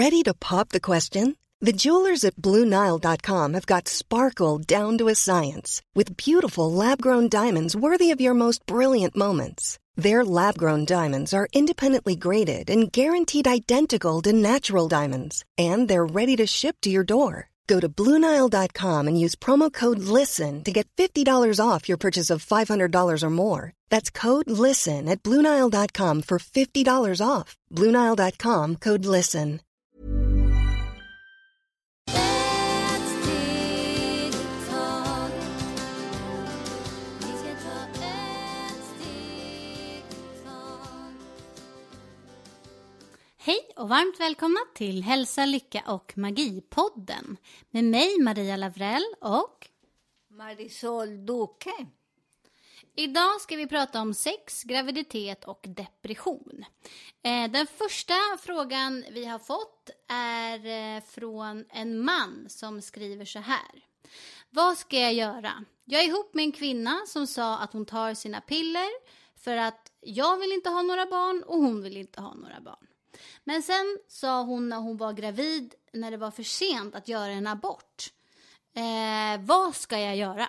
Ready to pop the question? The jewelers at BlueNile.com have got sparkle down to a science with beautiful lab-grown diamonds worthy of your most brilliant moments. Their lab-grown diamonds are independently graded and guaranteed identical to natural diamonds, and they're ready to ship to your door. Go to BlueNile.com and use promo code LISTEN to get $50 off your purchase of $500 or more. That's code LISTEN at BlueNile.com for $50 off. BlueNile.com, code LISTEN. Hej och varmt välkomna till Hälsa, Lycka och Magi-podden med mig Maria Lavrell och Marisol Duque. Idag ska vi prata om sex, graviditet och depression. Den första frågan vi har fått är från en man som skriver så här. Vad ska jag göra? Jag är ihop med en kvinna som sa att hon tar sina piller för att jag vill inte ha några barn och hon vill inte ha några barn. Men sen sa hon när hon var gravid, när det var för sent att göra en abort. Vad ska jag göra?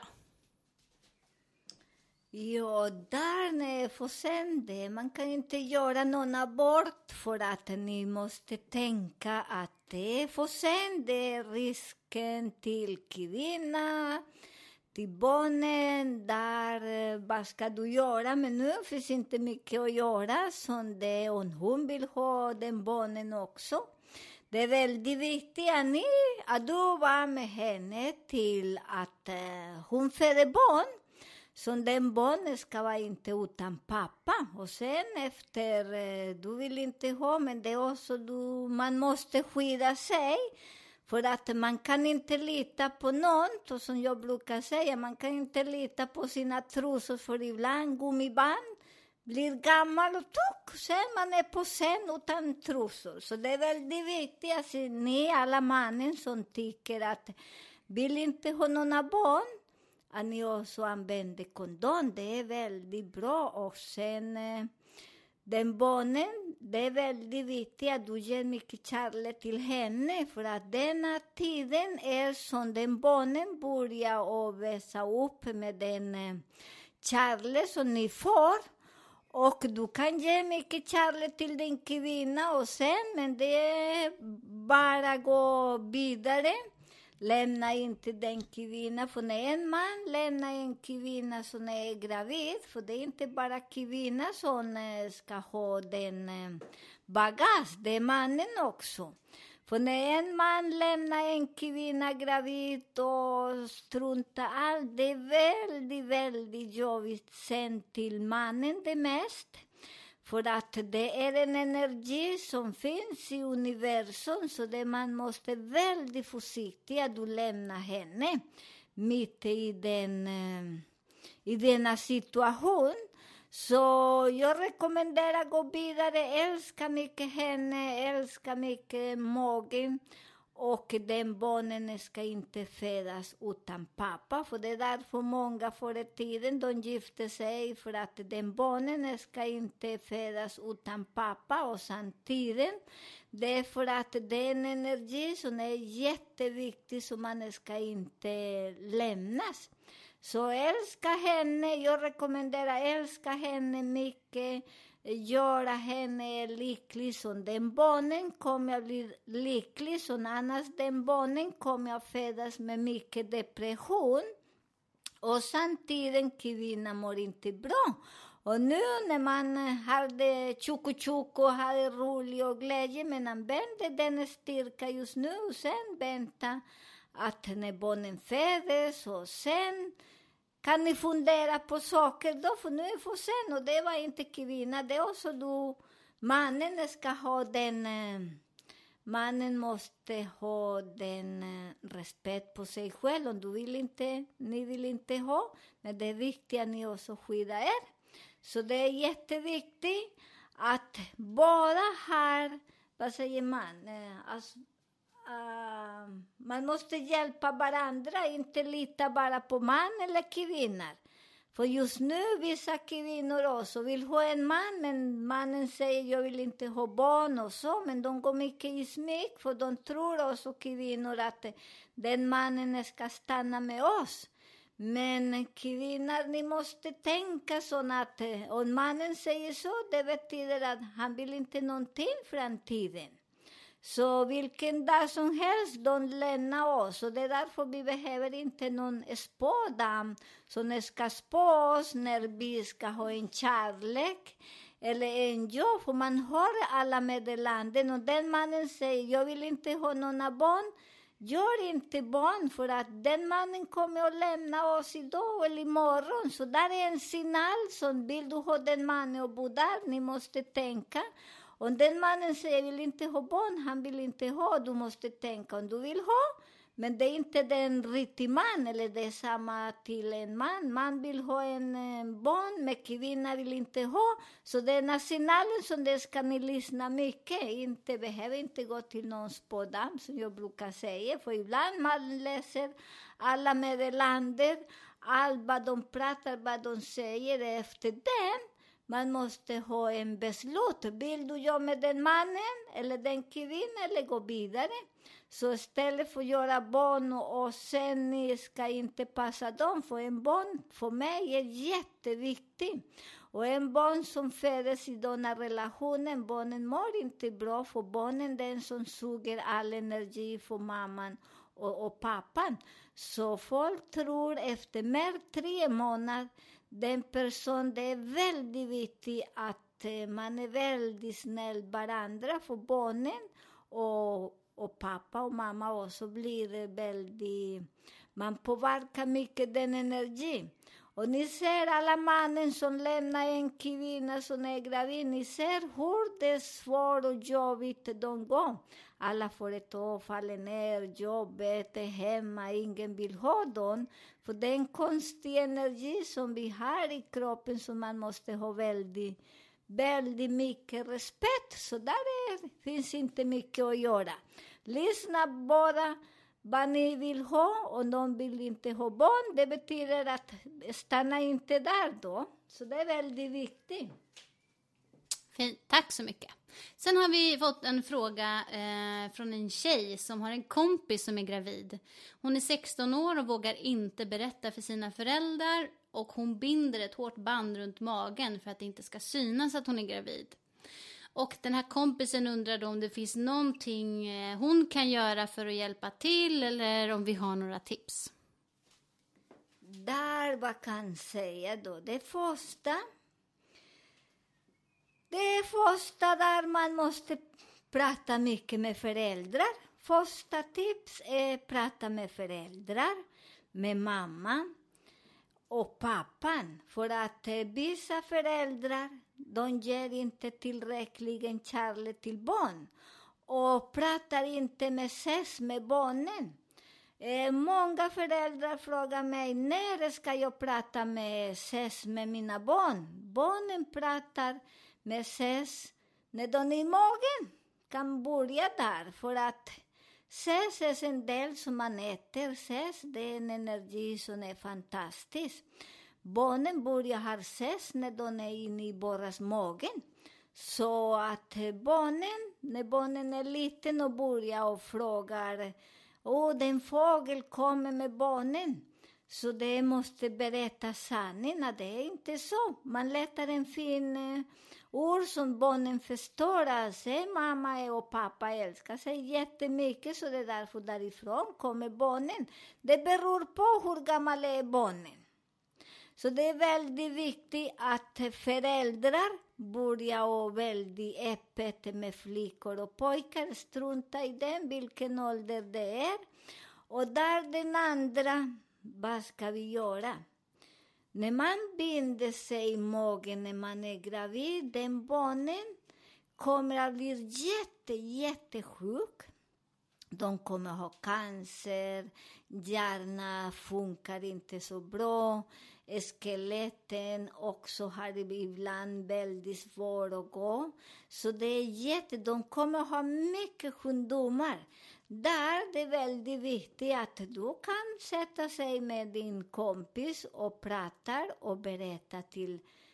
Ja, där är för sent. Man kan inte göra någon abort för att ni måste tänka att det är för sent. Det är risken till kvinna, till barnen. Där, vad ska du göra? Men nu finns inte mycket att göra. Som det, om hon vill ha den barnen också. Det är väldigt viktigt att du var med henne till att hon föder barn. Så den barnen ska vara inte utan pappa. Och sen efter, du vill inte ha, men det är också man måste skydda sig. För att man kan inte lita på någon. Och som jag brukar säga, man kan inte lita på sina trosor. För ibland gummiband blir gammal och tjock. Sen man är på sen utan trosor. Så det är väldigt viktigt att ni alla mannen som tycker att vill inte ha några barn. Att ni också använder kondom. Det är väldigt bra. Och sen den barnen, det är väldigt viktigt att du ger mycket kärlek till henne. För att denna tiden är som den barnen börjar att växa upp med den kärlek som ni får. Och du kan ge mycket kärlek till din kvinna och sen, men det är bara gå vidare. Lämna inte den kvinna, för när en man lämnar en kvinna som är gravid, för det är inte bara kvinna som ska ha den bagage, det är mannen också. För när en man lämnar en kvinna gravid och struntar allt, det är väldigt, väldigt jobbigt sen till mannen det mest. För att det är en energi som finns i universum, så det man måste väldigt försiktigt att du lämnar henne mitt i denna situation. Så jag rekommenderar att gå vidare, älska mycket henne, älska mycket magen. Och den barnen ska inte födas utan pappa. För det är därför många förr i tiden de gifte sig. För att den barnen ska inte födas utan pappa. Och samtidigt, det är för att det är en energi som är jätteviktig. Så man ska inte lämnas. Så älska henne. Jag rekommenderar älska henne mycket. Göra henne lycklig, som den barnen kommer att bli lycklig, som annars den barnen kommer att födas med mycket depression. Och samtidigt kvinnan mår inte bra. Och nu när man har det tjocko och har det roligt och glädje, men använder den styrka just nu och sen vänta att när barnen föds och sen kan ni fundera på saker då, för nu är det för sen. Och det var inte kvinna, det är också du. Mannen ska ha den, mannen måste ha den respekt på sig själv. Om du vill inte, ni vill inte ha, men det är viktigt att ni också skyddar er. Så det är jätteviktigt att bara ha, vad säger man, alltså, man måste hjälpa varandra, inte lita bara på man eller kvinnor. För just nu vissa kvinnor också vill ha en man, men mannen säger jag vill inte ha barn och så. Men de går mycket i smyg, för de tror också kvinnor att den mannen ska stanna med oss. Men kvinnor, ni måste tänka så att om mannen säger så, det betyder att han vill inte någonting i framtiden. Så vilken dag som helst de lämnar oss. Och det är därför vi behöver inte någon spådam som ska spå oss när vi ska ha en kärlek eller en jobb. För man har alla meddelanden. Och den mannen säger, jag vill inte ha några barn. Gör inte barn, för att den mannen kommer att lämna oss idag eller imorgon. Så där är en signal som vill du ha den mannen och bo där. Ni måste tänka. Om den mannen säger jag vill inte ha barn, han vill inte ha, du måste tänka om du vill ha. Men det är inte den riktiga man, eller det är samma till en man. Man vill ha en barn, men kvinna vill inte ha. Så den här signalen som det ska ni lyssna mycket. Inte behöver inte gå till någon spådam som jag brukar säga. För ibland man läser alla meddelanden, allt vad de pratar, vad de säger efter den. Man måste ha en beslut. Vill du göra med den mannen eller den kvinnan eller gå vidare? Så istället för att göra barn och sen ni ska inte passa dem. För en barn för mig är jätteviktigt. Och en barn som föds i denna relationen, barnen mår inte bra. För barnen är den som suger all energi för mamman och pappan. Så folk tror efter mer 3 månader den person, det är väldigt viktigt att man är väldigt snäll varandra för barnen och pappa och mamma också blir väldigt, man påverkar mycket den energi. Och ni ser alla mannen som lämnar en kvinna som är gravid, ni ser hur det är svårt och jobbigt de går. Alla företag faller ner, jobbet är hemma, ingen vill ha dem. För det är en konstig energi som vi har i kroppen som man måste ha väldigt, väldigt mycket respekt. Så där finns inte mycket att göra. Lyssna bara vad ni vill ha, och de vill inte ha barn. Det betyder att stanna inte där då. Så det är väldigt viktigt. Fint, tack så mycket. Sen har vi fått en fråga från en tjej som har en kompis som är gravid. Hon är 16 år och vågar inte berätta för sina föräldrar. Och hon binder ett hårt band runt magen för att det inte ska synas att hon är gravid. Och den här kompisen undrar då om det finns någonting hon kan göra för att hjälpa till, eller om vi har några tips. Där, vad kan jag säga då? Det första där man måste prata mycket med föräldrar. Första tips är prata med föräldrar, med mamma och pappan. För att vissa föräldrar, de ger inte tillräcklig kärlek till barn. Och pratar inte med barnen. Många föräldrar frågar mig, när ska jag prata med mina barn? Barnen pratar med när de är i magen. Kan börja där, för att ses är en del som man äter. Ses, det är en energi som är fantastisk. Barnen börjar ha ses när de är inne i våras magen. Så att när barnen är liten och börjar och frågar, den fågel kommer med barnen. Så det måste berätta sanningen, det är inte så. Man letar en fin ord som barnen förstår. Alltså, mamma och pappa älskar sig jättemycket, så det är därför därifrån kommer barnen. Det beror på hur gammal är barnen. Så det är väldigt viktigt att föräldrar börjar väldigt öppet med flickor och pojkar. Strunta i den, vilken ålder det är. Och där den andra, vad ska vi göra? När man binder sig i magen när man är gravid, den barnen kommer att bli jättesjuk. De kommer ha cancer, hjärnan funkar inte så bra, skeletten också har ibland väldigt svårt att gå. Så det är de kommer ha mycket sjukdomar. Där det är väldigt viktigt att du kan sätta sig med din kompis och prata och berätta till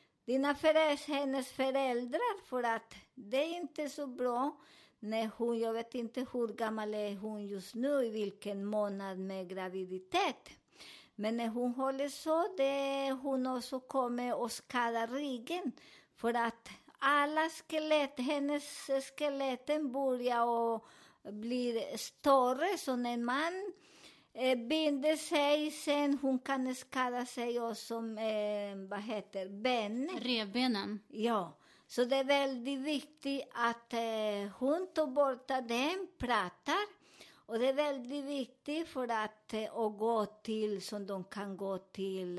hennes föräldrar, för att det är inte så bra när hon, jag vet inte hur gammal är hon just nu, i vilken månad med graviditet. Men när hon håller så, hon också kommer att skada ryggen, för att alla hennes skeletten börjar och blir större, så när man binder sig sen, hon kan skada sig också med, ben. Revbenen. Ja, så det är väldigt viktigt att hon tar bort den, pratar. Och det är väldigt viktigt för att gå till, så de kan gå till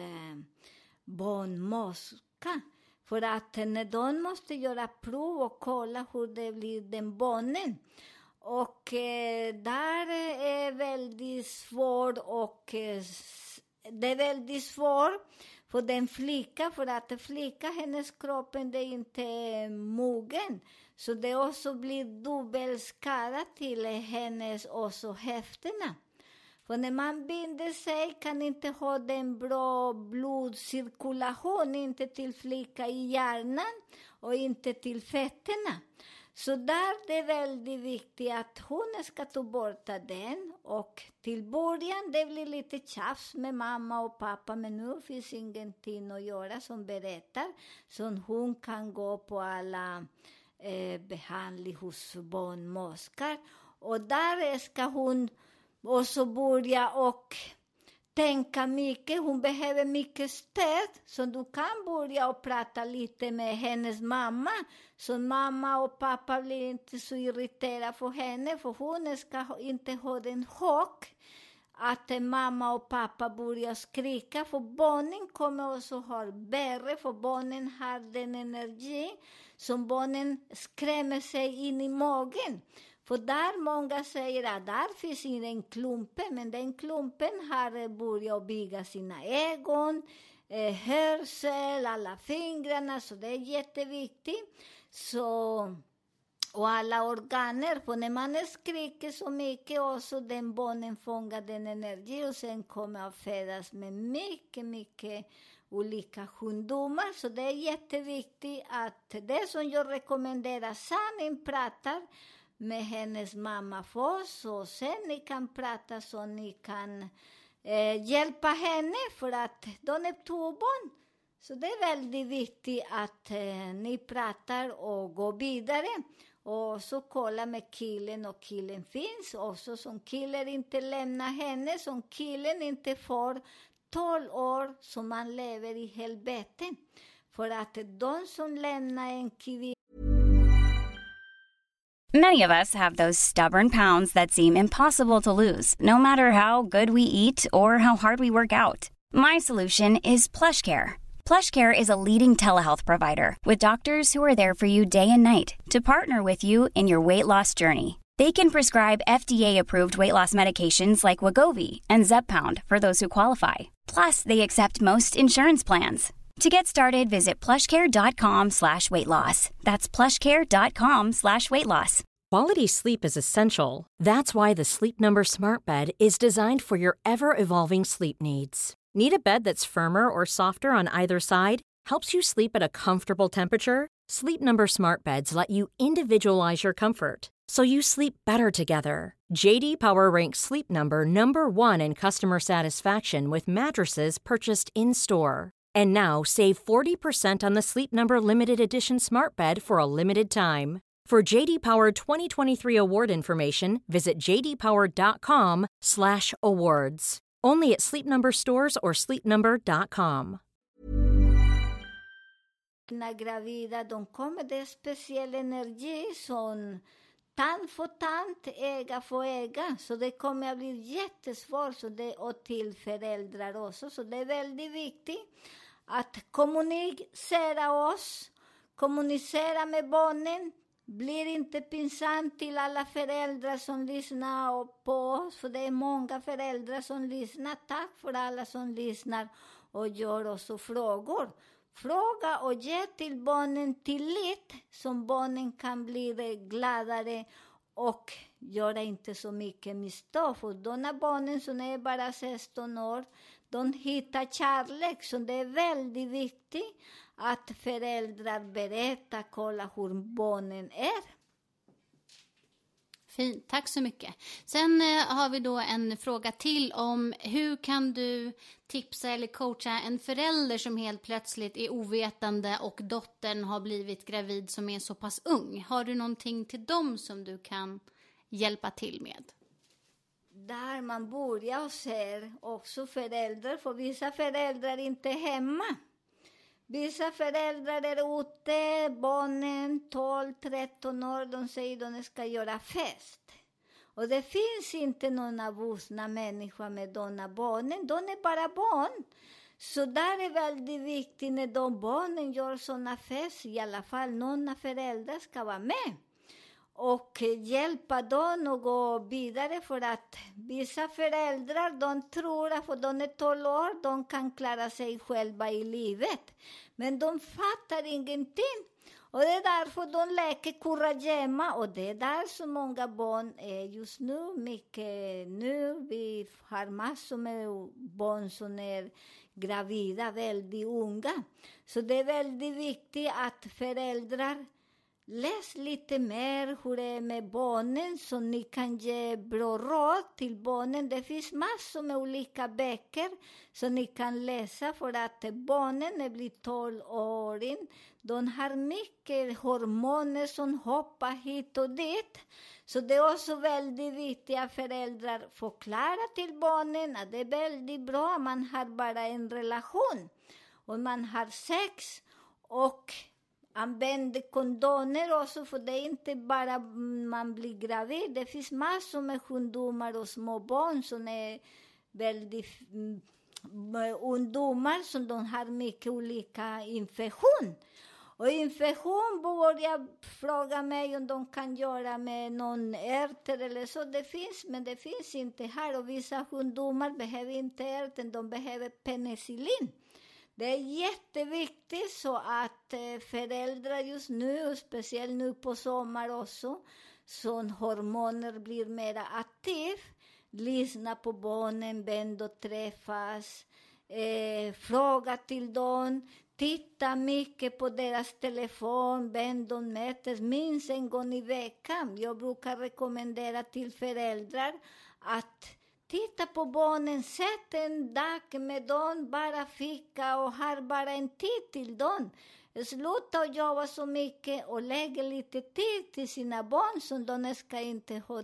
barnmorska. För att när de måste göra prov och kolla hur det blir den barnen. Och där är väldigt svårt, och det är väldigt svårt för den flicka, för att flicka, hennes kroppen det är inte mogen. Så det också blir dubbelskada till hennes också höfterna. För när man binder sig kan inte ha den bra blodcirkulation, inte till flicka i hjärnan och inte till fötterna. Så där det är väldigt viktigt att hon ska ta bort den. Och till början det blir lite tjafs med mamma och pappa, men nu finns ingenting att göra, som berättar. Så hon kan gå på alla behandling hos barnmorskor. Och där ska hon också börja och tänka mycket. Hon behöver mycket stöd, så du kan börja och prata lite med hennes mamma. Så mamma och pappa blir inte så irriterade för henne, för hon ska inte ha den chock att mamma och pappa börjar skrika. För barnen kommer också ha värre, för barnen har den energi som barnen skrämmer sig in i magen. För där många säger att där finns ingen klumpen, men den klumpen har börjat bygga sina ögon, hörsel, alla fingrarna, så det är jätteviktigt. Så, och alla organer, för när man skriker så mycket också, den barnen fångar den energi och sen kommer att födas med mycket olika sjukdomar. Så det är jätteviktigt att det som jag rekommenderar, Sanin pratar med hennes mamma först, och sen ni kan prata så ni kan hjälpa henne, för att de är 2 barn. Så det är väldigt viktigt att ni pratar och går vidare. Och så kolla med killen, och killen finns också, som killen inte lämnar henne, som killen inte får 12 år som man lever i helvete. För att de som lämnar en kvinna. Many of us have those stubborn pounds that seem impossible to lose, no matter how good we eat or how hard we work out. My solution is PlushCare. PlushCare is a leading telehealth provider with doctors who are there for you day and night to partner with you in your weight loss journey. They can prescribe FDA-approved weight loss medications like Wegovy and Zepbound for those who qualify. Plus, they accept most insurance plans. To get started, visit plushcare.com/weightloss. That's plushcare.com/weightloss. Quality sleep is essential. That's why the Sleep Number Smart Bed is designed for your ever-evolving sleep needs. Need a bed that's firmer or softer on either side? Helps you sleep at a comfortable temperature? Sleep Number Smart Beds let you individualize your comfort, so you sleep better together. JD Power ranks Sleep Number #1 in customer satisfaction with mattresses purchased in-store. And now, save 40% on the Sleep Number Limited Edition Smart Bed for a limited time. For JD Power 2023 award information, visit jdpower.com/awards. Only at Sleep Number stores or sleepnumber.com. När gravida, de kommer det speciell energi som tand för tand, öga för öga. Så det kommer att bli jättesvårt, så det, och till föräldrar också. Så det är väldigt viktigt att kommunicera med barnen, blir inte pinsamt till alla föräldrar som lyssnar på oss. För det är många föräldrar som lyssnar. Tack för alla som lyssnar och gör också frågor. Fråga och ge till barnen tillit som barnen kan bli gladare och göra inte så mycket misstag. För de barnen som är bara 16 år, de hittar kärlek. Så det är väldigt viktigt att föräldrar berättar, kolla hur barnen är. Fint, tack så mycket. Sen har vi då en fråga till om hur kan du tipsa eller coacha en förälder som helt plötsligt är ovetande och dottern har blivit gravid som är så pass ung. Har du någonting till dem som du kan hjälpa till med? Där man börjar och ser också föräldrar, för vissa föräldrar är inte hemma. Vissa föräldrar är ute, barnen 12-13 år, de säger att de ska göra fest. Och det finns inte några vuxna människor med de barnen, de är bara barn. Så där är väldigt viktigt när de barnen gör sådana fest, i alla fall några föräldrar ska vara med. Och hjälpa dem att gå vidare, för att vissa föräldrar, de tror att för de är 12 år, de kan klara sig själva i livet. Men de fattar ingenting. Och det är därför de leker kurragömma. Och det är där så många barn är just nu. Mycket nu. Vi har massor med barn som är gravida, väldigt unga. Så det är väldigt viktigt att föräldrar läs lite mer hur det är med barnen, så ni kan ge bra råd till barnen. Det finns massor med olika böcker som ni kan läsa, för att barnen när blir 12-åring, de har mycket hormoner som hoppar hit och dit. Så det är också väldigt viktigt att föräldrar förklarar till barnen att det är väldigt bra att man har bara en relation och man har sex och använder kondomer också, för det är inte bara man blir gravid. Det finns massor med sjukdomar och små barn som är väldigt ungdomar som de har mycket olika infektion. Och infektion börjar fråga mig om de kan göra med någon ärter eller så. Det finns, men det finns inte här. Och vissa sjukdomar behöver inte ärter, de behöver penicillin. Det är jätteviktigt så att föräldrar just nu, speciellt nu på sommar också, så hormoner blir mer aktiv. Lyssna på barnen, vänd och träffas, fråga till dem, titta mycket på deras telefon, vänd och mötes minst en gång i veckan. Jag brukar rekommendera till föräldrar att titta på barnen, sätt en dag med dem, bara fika och har bara en tid till dem. Sluta att jobba så mycket och lägga lite tid till sina barn, så de ska inte ha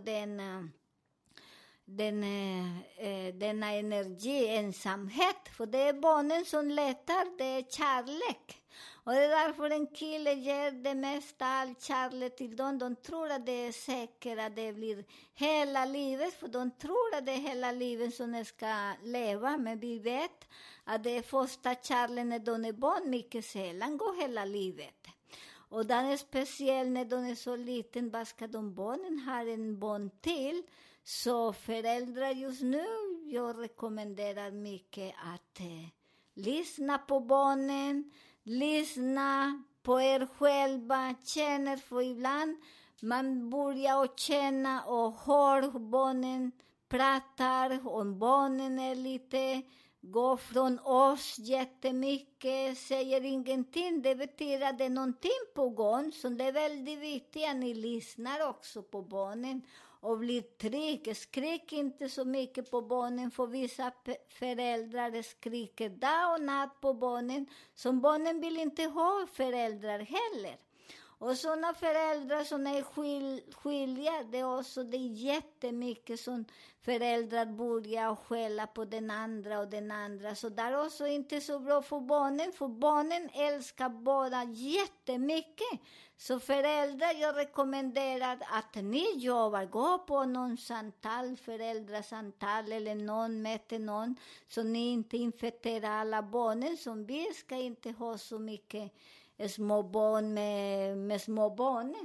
denna energi, ensamhet. För det är barnen som letar, det är kärlek. Och det är därför en kille ger det mesta all kärlek till dem. De tror att det är säkert att det blir hela livet. För de tror att det är hela livet som de ska leva. Men vi vet att det är första kärlek när de är barn. Mycket sällan går hela livet. Och den är speciell när de är så liten. Vad ska de barnen ha en barn till? Så föräldrar just nu, jag rekommenderar mycket att lyssna på barnen. Lyssna på er själva, känner, för ibland man börjar att känna och hör hur barnen pratar, om barnen är lite, går från oss jättemycket, säger ingenting. Det betyder att det är någonting på gång, så det är väldigt viktigt att ni lyssnar också på barnen och blir trygg. Skrik inte så mycket på barnen, för vissa föräldrar skriker dag och natt på barnen, som barnen vill inte ha föräldrar heller. Och sådana föräldrar som är skilja, det är jättemycket som föräldrar börjar skälla på den andra och den andra. Så det är också inte så bra för barnen älskar båda jättemycket. Så föräldrar, jag rekommenderar att ni jobbar, gå på någon samtal, föräldrasamtal eller någon möter någon, så ni inte infekterar alla barnen, som vi ska inte ha så mycket små barn med små barnen.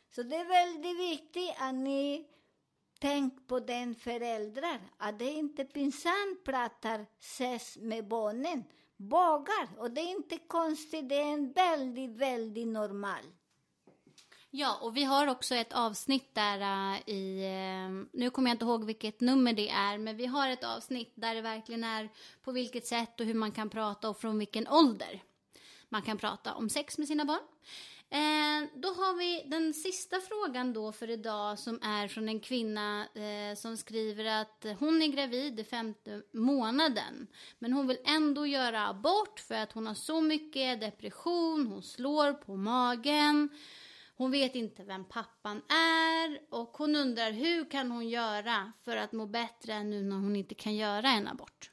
Så det är väldigt viktigt att ni tänker på den föräldrar. Att det inte pinsamt pratar ses med barnen. Vågar. Och det är inte konstigt, det är en väldigt, väldigt normal. Ja, och vi har också ett avsnitt där nu kommer jag inte ihåg vilket nummer det är, men vi har ett avsnitt där det verkligen är på vilket sätt och hur man kan prata och från vilken ålder man kan prata om sex med sina barn. Då har vi den sista frågan då för idag, som är från en kvinna som skriver att hon är gravid i 5:e månaden, men hon vill ändå göra abort för att hon har så mycket depression, hon slår på magen. Hon vet inte vem pappan är och hon undrar hur kan hon göra för att må bättre nu när hon inte kan göra en abort.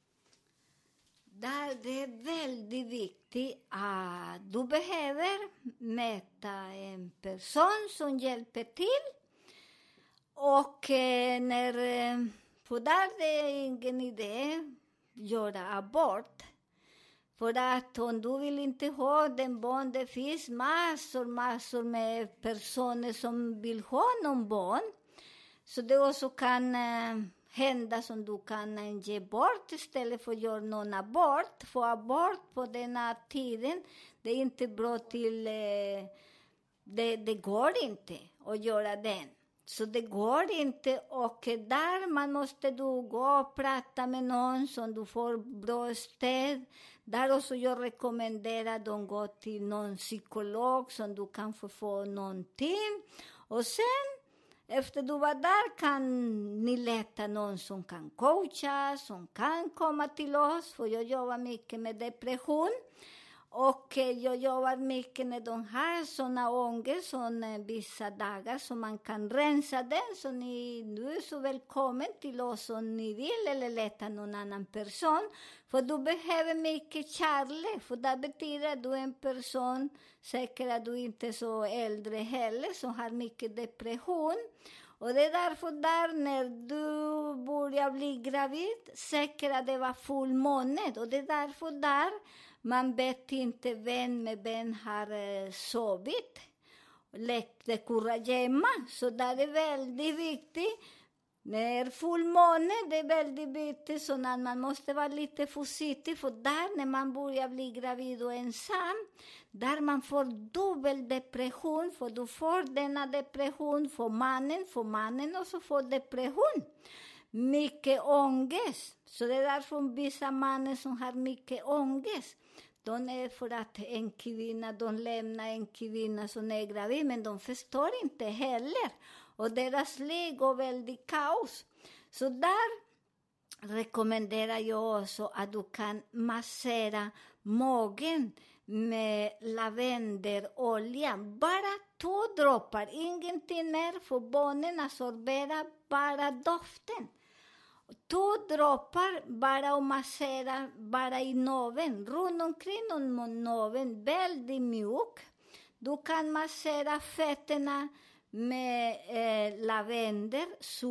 Det är väldigt viktigt att du behöver möta en person som hjälper till. Och för där det är ingen idé att göra abort. För att om du vill inte ha den barn, det finns massor med personer som vill ha någon barn. Så det också kan hända som du kan ge bort istället för att göra någon abort. För abort på den här tiden, det är inte bra till, det går inte att göra den. Så det går inte, och där man måste du gå och prata med någon som du får bra stöd. Där också jag rekommenderar att de går till någon psykolog som du kan få någonting. Och sen, efter du var där, kan ni leta någon som kan coacha, som kan komma till oss. För jag jobbar mycket med depression. Och jag jobbar mycket när de har sådana ångest, vissa dagar, så man kan rensa den. Så ni är så välkommen till oss om ni vill, eller leta någon annan person. För du behöver mycket kärlek, för det betyder att du är en person, säkert att du inte är så äldre heller, som har mycket depression. Och det är därför där när du börjar bli gravid, säkert att det var fullmåne. Och det är därför där man vet inte vem med vem har sovit. Lekte kurragömma. Så där är väldigt viktigt. När fullmåne, det är väldigt viktigt. Så när man måste vara lite försiktig. För där när man börjar bli gravid och ensam, där man får dubbel depression. För du får denna depression för mannen och så får depression. Mycket ångest. Så det är därför vissa män som har mycket ångest. De är för att en kvinna, de lämnar en kvinna som är gravid, men de förstår inte heller. Och deras liv går väldigt kaos. Så där rekommenderar jag också att du kan massera magen med lavendelolja. Bara 2 droppar, ingenting mer, för barnen absorberar bara doften. 2 droppar bara och massera bara i naveln, runt omkring naveln, väldigt mjuk. Du kan massera fötterna med lavendel,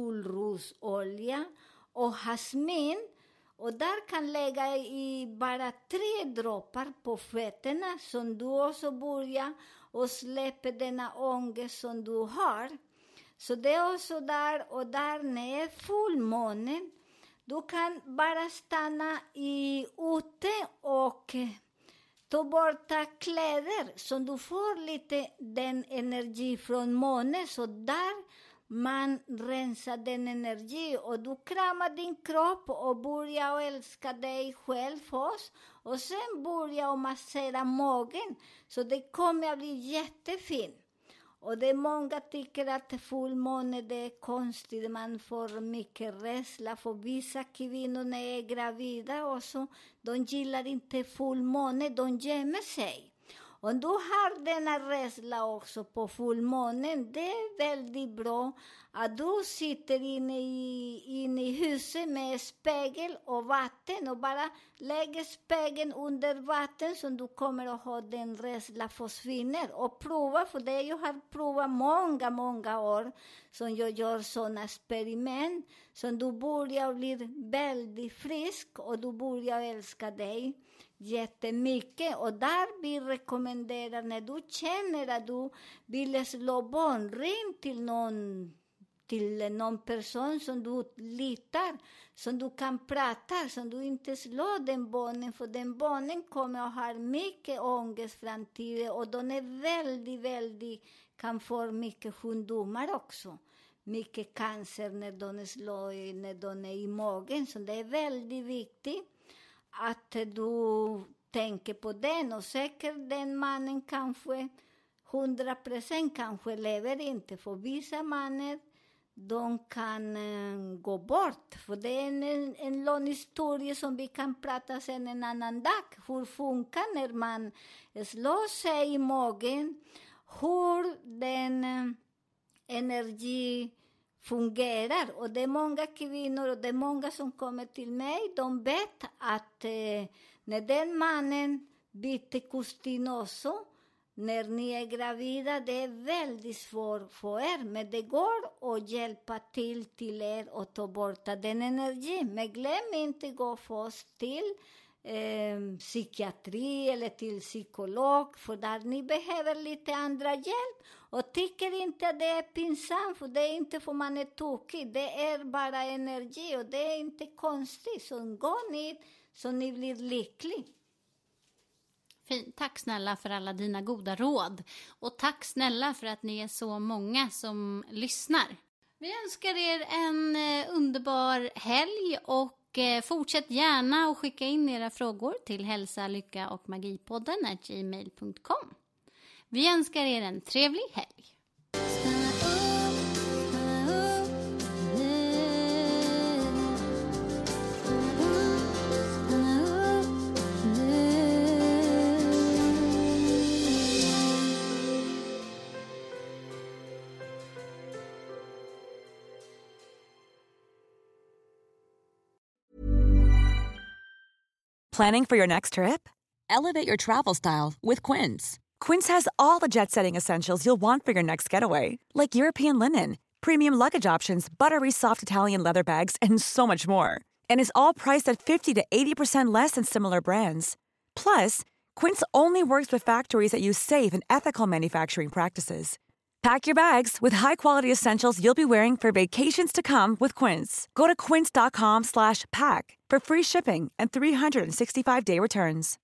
solrosolja och jasmin. Och där kan lägga i bara 3 droppar på fötterna, som du också börjar och släpper denna ångest som du har. Så det är också där, och där när fullmånen, du kan bara stanna ute och ta bort kläder, så du får lite den energi från månen. Så där man rensar den energi, och du kramar din kropp och börjar älska dig själv först. Och sen börjar massera magen, så det kommer att bli jättefint. Och det är många tycker att fullmåne det är konstigt, man får mycket rädsla. För vissa kvinnor när är gravida och så, de gillar inte fullmåne, de gömmer sig. Om du har denna rädsla också på fullmånen, det är väldigt bra att du sitter inne i huset med spegel och vatten och bara lägger spegeln under vatten så du kommer att ha den rädsla försvinner. Och prova, för det jag har provat många år som jag gör sådana experiment. Så du börjar bli väldigt frisk och du börjar älska dig jättemycket. Och där vi rekommenderar när du känner att du vill slå barn, ring till någon person som du litar, som du kan prata, som du inte slår den barnen, för den barnen kommer att ha mycket ångest framtiden och de är väldigt kan få mycket sjukdomar också. Mycket cancer när de är i magen, så det är väldigt viktigt att du tänker på den. Och säkert den mannen kanske 100% kanske lever inte, för vissa mannen de kan gå bort. För det är en lång historia som vi kan prata sen en annan dag. Hur funkar när man slår sig i magen, hur den energi fungerar. Och det är många kvinnor och det är många som kommer till mig. De vet att när den mannen byter kusin också, när ni är gravida, det är väldigt svårt för er. Men det går att hjälpa till er och ta bort den energin. Men glöm inte att gå först till psykiatri eller till psykolog, för där ni behöver lite andra hjälp. Och tycker inte att det är pinsamt, för det är inte för man är tokig, det är bara energi och det är inte konstigt. Så gå ner så ni blir lycklig. Fint. Tack snälla för alla dina goda råd. Och tack snälla för att ni är så många som lyssnar. Vi önskar er en underbar helg och fortsätt gärna att skicka in era frågor till hälsa-lycka-och-magipodden@gmail.com. Vi önskar er en trevlig helg. Planning for your next trip? Elevate your travel style with Quince. Quince has all the jet-setting essentials you'll want for your next getaway, like European linen, premium luggage options, buttery soft Italian leather bags, and so much more. And is all priced at 50 to 80% less than similar brands. Plus, Quince only works with factories that use safe and ethical manufacturing practices. Pack your bags with high-quality essentials you'll be wearing for vacations to come with Quince. Go to quince.com/pack for free shipping and 365-day returns.